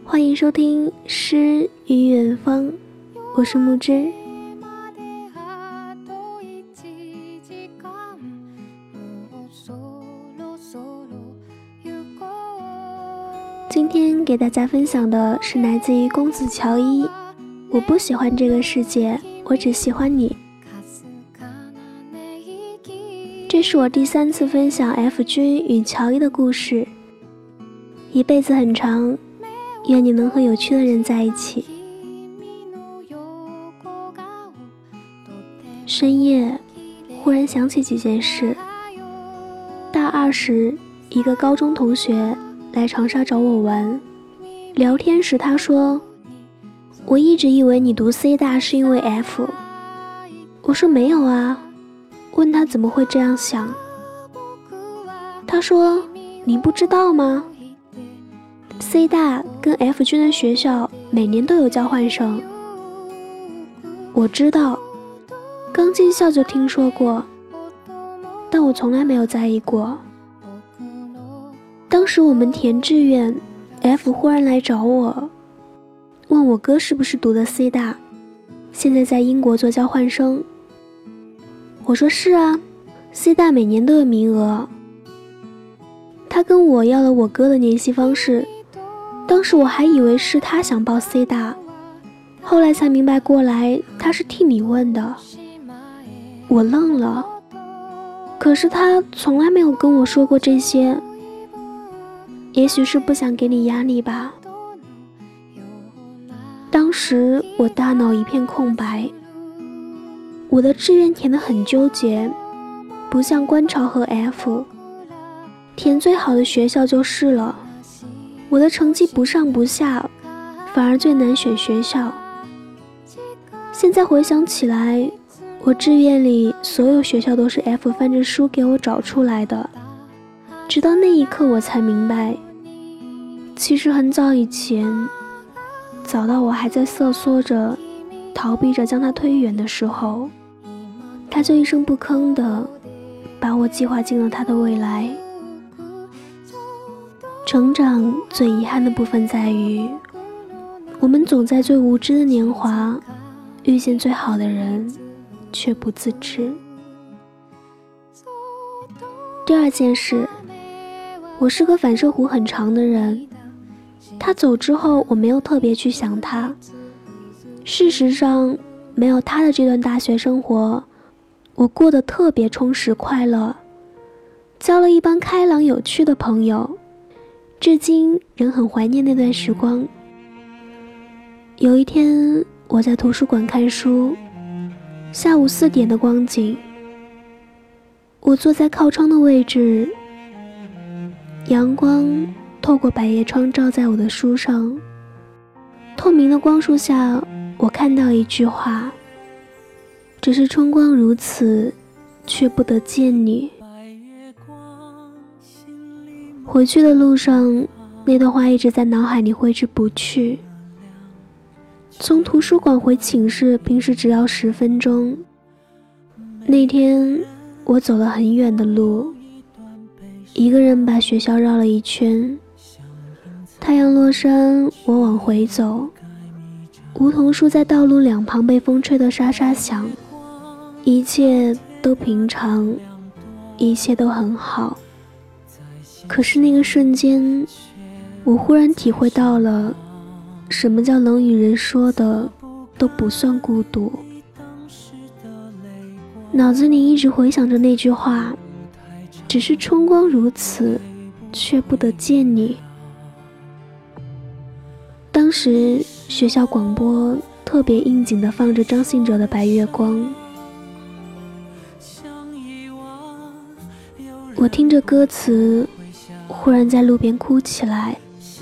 欢迎收听诗与远方，我是木之。今天给大家分享的是来自于公子乔伊，我不喜欢这个世界，我只喜欢你。这是我第3次分享 F 君与乔伊的故事。一辈子很长，愿你能和有趣的人在一起。深夜忽然想起几件事。大2时，一个高中同学来长沙找我玩，聊天时他说，我一直以为你读 C 大是因为 F。 我说没有啊，问他怎么会这样想。他说，你不知道吗？ C 大跟 F 君的学校每年都有交换生。我知道，刚进校就听说过，但我从来没有在意过。当时我们填志愿， F 忽然来找我，问我哥是不是读的 C 大，现在在英国做交换生。我说是啊， C 大每年都有名额。他跟我要了我哥的联系方式，当时我还以为是他想报 C 大，后来才明白过来他是替你问的。我愣了，可是他从来没有跟我说过这些，也许是不想给你压力吧。当时我大脑一片空白，我的志愿填得很纠结，不像观潮和 F， 填最好的学校就是了。我的成绩不上不下，反而最难选学校。现在回想起来，我志愿里所有学校都是 F 翻着书给我找出来的。直到那一刻我才明白，其实很早以前，早到我还在瑟缩着逃避着将它推远的时候，他就一声不吭地把我计划进了他的未来。成长最遗憾的部分在于，我们总在最无知的年华遇见最好的人，却不自知。第2件事，我是个反射弧很长的人，他走之后我没有特别去想他。事实上，没有他的这段大学生活，我过得特别充实快乐，交了一帮开朗有趣的朋友，至今仍很怀念那段时光。有一天我在图书馆看书，下午4点的光景，我坐在靠窗的位置，阳光透过百叶窗照在我的书上，透明的光束下，我看到一句话，只是春光如此，却不得见你。回去的路上，那段话一直在脑海里挥之不去。从图书馆回寝室平时只要10分钟，那天我走了很远的路，一个人把学校绕了一圈。太阳落山，我往回走，梧桐树在道路两旁被风吹得沙沙响，一切都平常，一切都很好。可是那个瞬间，我忽然体会到了什么叫冷与人说的都不算孤独。脑子里一直回想着那句话，只是春光如此，却不得见你。当时学校广播特别应景地放着张信哲的《白月光》，我听着歌词，忽然在路边哭起来。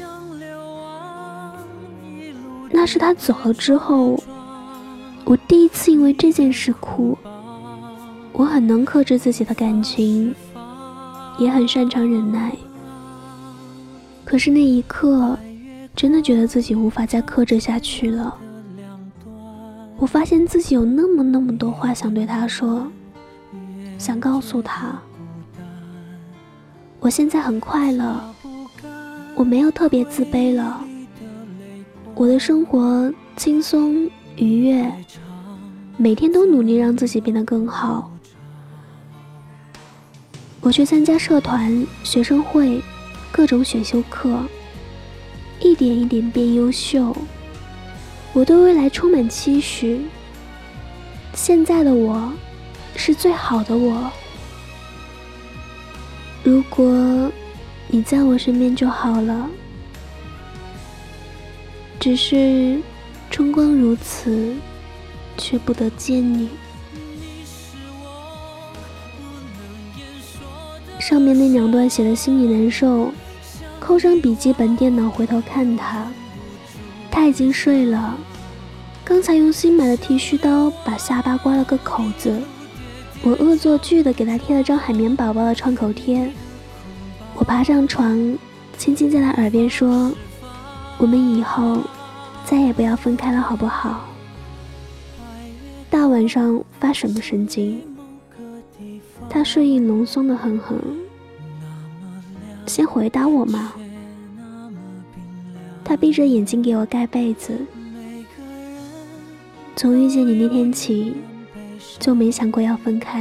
那是他走了之后，我第一次因为这件事哭。我很能克制自己的感情，也很擅长忍耐，可是那一刻真的觉得自己无法再克制下去了。我发现自己有那么多话想对他说，想告诉他，我现在很快乐，我没有特别自卑了， 我的生活轻松愉悦，每天都努力让自己变得更好。我去参加社团、学生会、各种选修课，一点一点变优秀。我对未来充满期许，现在的我是最好的我。如果你在我身边就好了，只是春光如此，却不得见你。上面那2段写的心里难受，扣上笔记本电脑回头看他已经睡了，刚才用新买的剃须刀把下巴刮了个口子。我恶作剧的给他贴了张海绵宝宝的创口贴。我爬上床，轻轻在他耳边说，我们以后再也不要分开了好不好？大晚上发什么神经？他睡意浓松的很，先回答我嘛。他闭着眼睛给我盖被子。从遇见你那天起，就没想过要分开。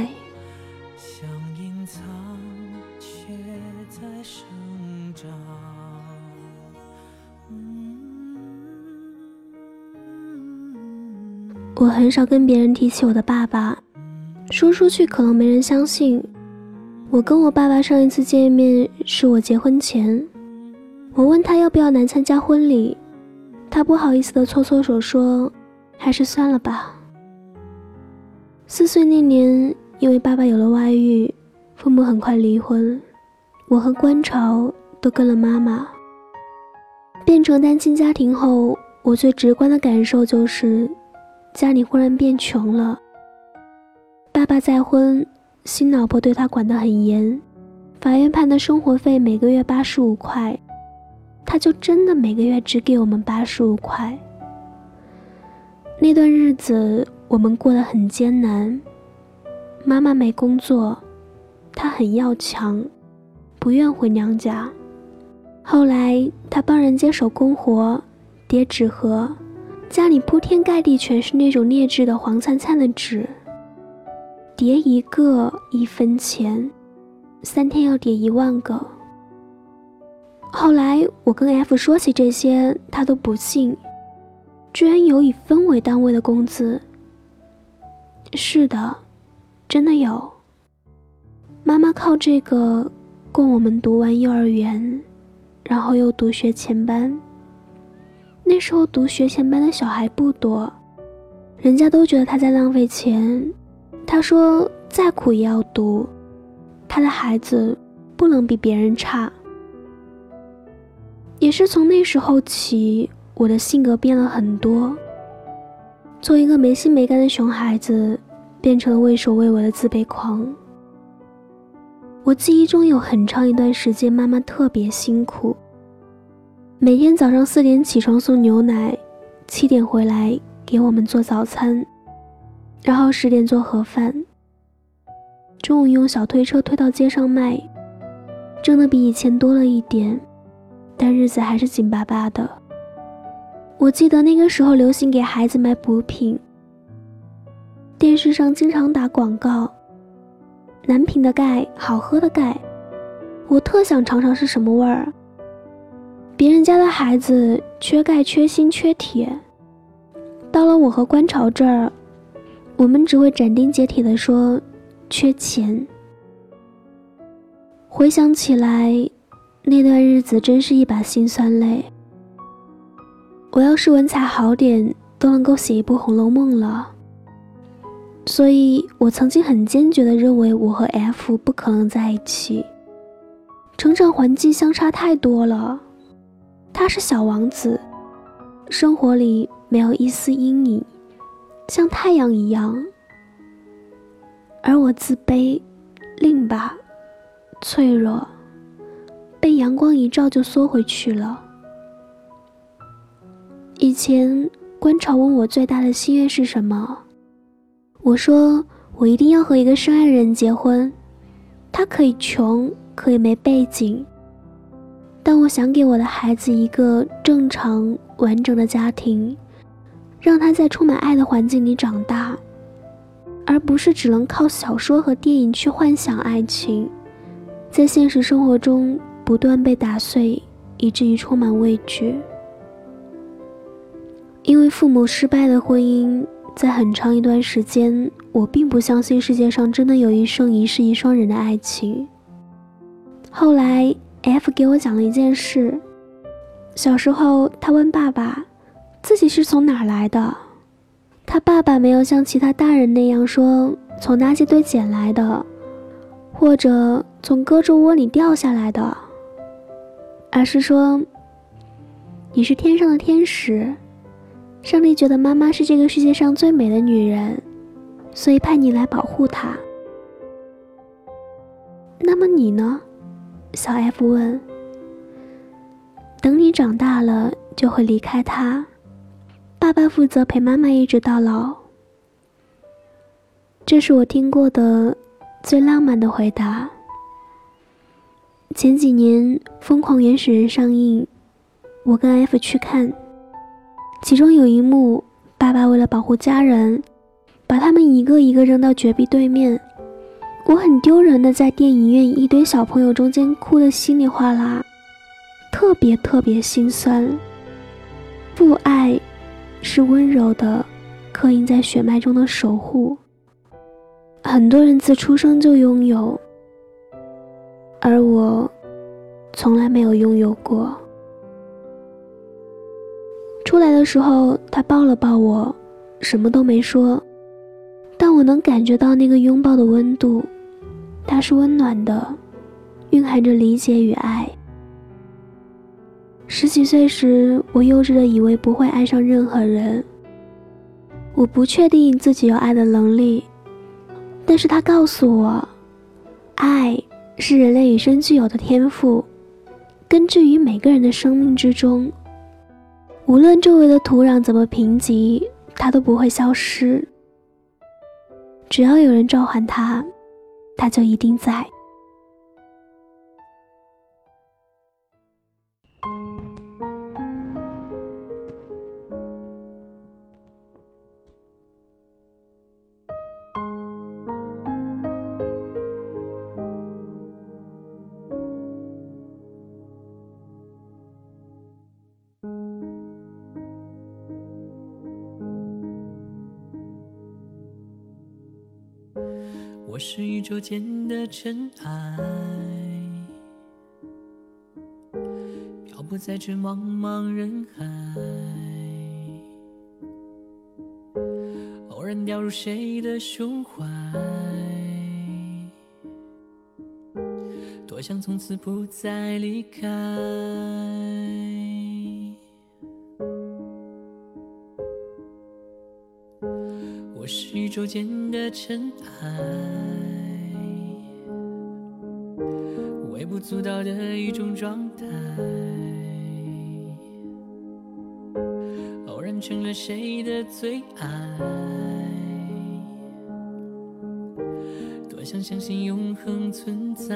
我很少跟别人提起我的爸爸，说出去可能没人相信。我跟我爸爸上一次见面是我结婚前，我问他要不要来参加婚礼，他不好意思地搓搓手说，还是算了吧。4岁那年，因为爸爸有了外遇，父母很快离婚，我和观潮都跟了妈妈。变成单亲家庭后，我最直观的感受就是家里忽然变穷了。爸爸再婚，新老婆对他管得很严，法院判的生活费每个月85块，他就真的每个月只给我们85块。那段日子我们过得很艰难，妈妈没工作，她很要强，不愿回娘家。后来她帮人接手工活，叠纸盒，家里铺天盖地全是那种劣质的黄灿灿的纸，叠一个1分钱，3天要叠1万个。后来我跟 F 说起这些，他都不信，居然有以分为单位的工资。是的，真的有。妈妈靠这个供我们读完幼儿园，然后又读学前班。那时候读学前班的小孩不多，人家都觉得他在浪费钱。他说再苦也要读，他的孩子不能比别人差。也是从那时候起，我的性格变了很多，从一个没心没肝的熊孩子变成了畏首畏尾的自卑狂。我记忆中有很长一段时间妈妈特别辛苦，每天早上4点起床送牛奶，7点回来给我们做早餐，然后10点做盒饭，中午用小推车推到街上卖，挣的比以前多了一点，但日子还是紧巴巴的。我记得那个时候流行给孩子买补品，电视上经常打广告，南平的钙，好喝的钙，我特想尝尝是什么味儿。别人家的孩子缺钙缺锌缺铁，到了我和观潮这儿，我们只会斩钉截铁地说缺钱。回想起来，那段日子真是一把辛酸泪。我要是文采好点，都能够写一部《红楼梦》了。所以我曾经很坚决地认为我和 F 不可能在一起，成长环境相差太多了。他是小王子，生活里没有一丝阴影，像太阳一样，而我自卑、另吧、脆弱，被阳光一照就缩回去了。以前观潮问我最大的心愿是什么，我说我一定要和一个深爱的人结婚，他可以穷，可以没背景， 但我想给我的孩子一个正常完整的家庭，让他在充满爱的环境里长大，而不是只能靠小说和电影去幻想爱情，在现实生活中不断被打碎，以至于充满畏惧。因为父母失败的婚姻，在很长一段时间，我并不相信世界上真的有一生一世一双人的爱情。后来 F 给我讲了一件事，小时候他问爸爸自己是从哪儿来的，他爸爸没有像其他大人那样说从垃圾堆捡来的，或者从胳肢窝里掉下来的，而是说你是天上的天使，上帝觉得妈妈是这个世界上最美的女人，所以派你来保护她。那么你呢？小 F 问。等你长大了就会离开她，爸爸负责陪妈妈一直到老。这是我听过的最浪漫的回答。前几年《疯狂原始人》上映，我跟 F 去看，其中有一幕，爸爸为了保护家人，把他们一个一个扔到绝壁对面。我很丢人的在电影院一堆小朋友中间哭得稀里哗啦，特别心酸。父爱是温柔的，刻印在血脉中的守护。很多人自出生就拥有，而我从来没有拥有过。出来的时候，他抱了抱我，什么都没说，但我能感觉到那个拥抱的温度，它是温暖的，蕴含着理解与爱。10几岁时，我幼稚的以为不会爱上任何人，我不确定自己有爱的能力，但是他告诉我，爱是人类与生俱有的天赋，根植于每个人的生命之中，无论周围的土壤怎么贫瘠，它都不会消失。只要有人召唤它，它就一定在。 我是宇宙间的尘埃，漂泊在这茫茫人海，偶然掉入谁的胸怀，多想从此不再离开。我是宇宙间的尘埃，微不足道的一种状态，偶然成了谁的最爱，多想相信永恒存在。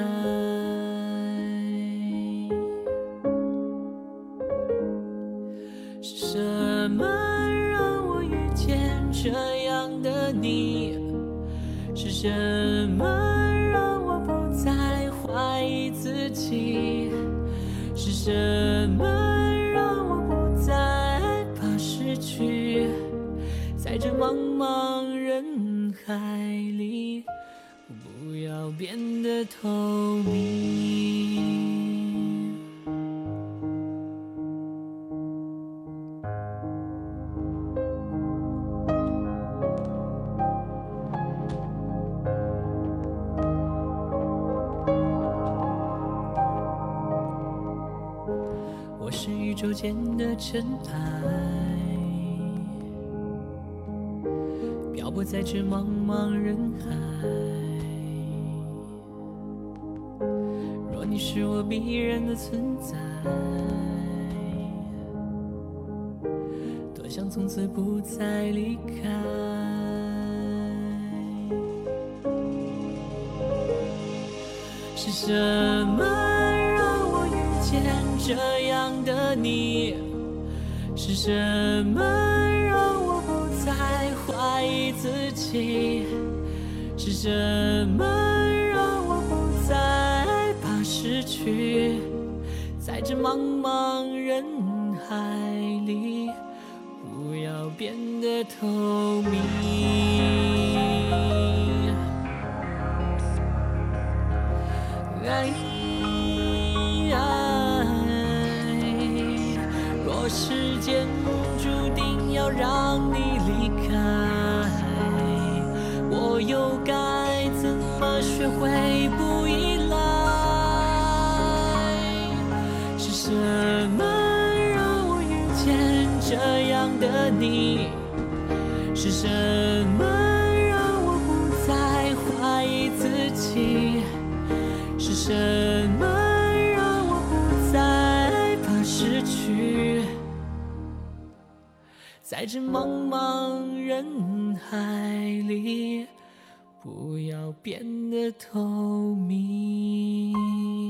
是什么让我遇见这样的你？是什么让我不再怀疑自己？是什么让我不再害怕失去？在这茫茫人海里，不要变得透明。我是宇宙间的尘埃，漂泊在这茫茫人海。若你是我必然的存在，多想从此不再离开。是什么让我遇见见这样的你？是什么让我不再怀疑自己？是什么让我不再怕失去？在这茫茫人海里，不要变得透明。若时间注定要让你离开，我又该怎么学会不依赖？是什么让我遇见这样的你？是什么让我不再怀疑自己？是什么让我不再怕失去？在这茫茫人海里，不要变得透明。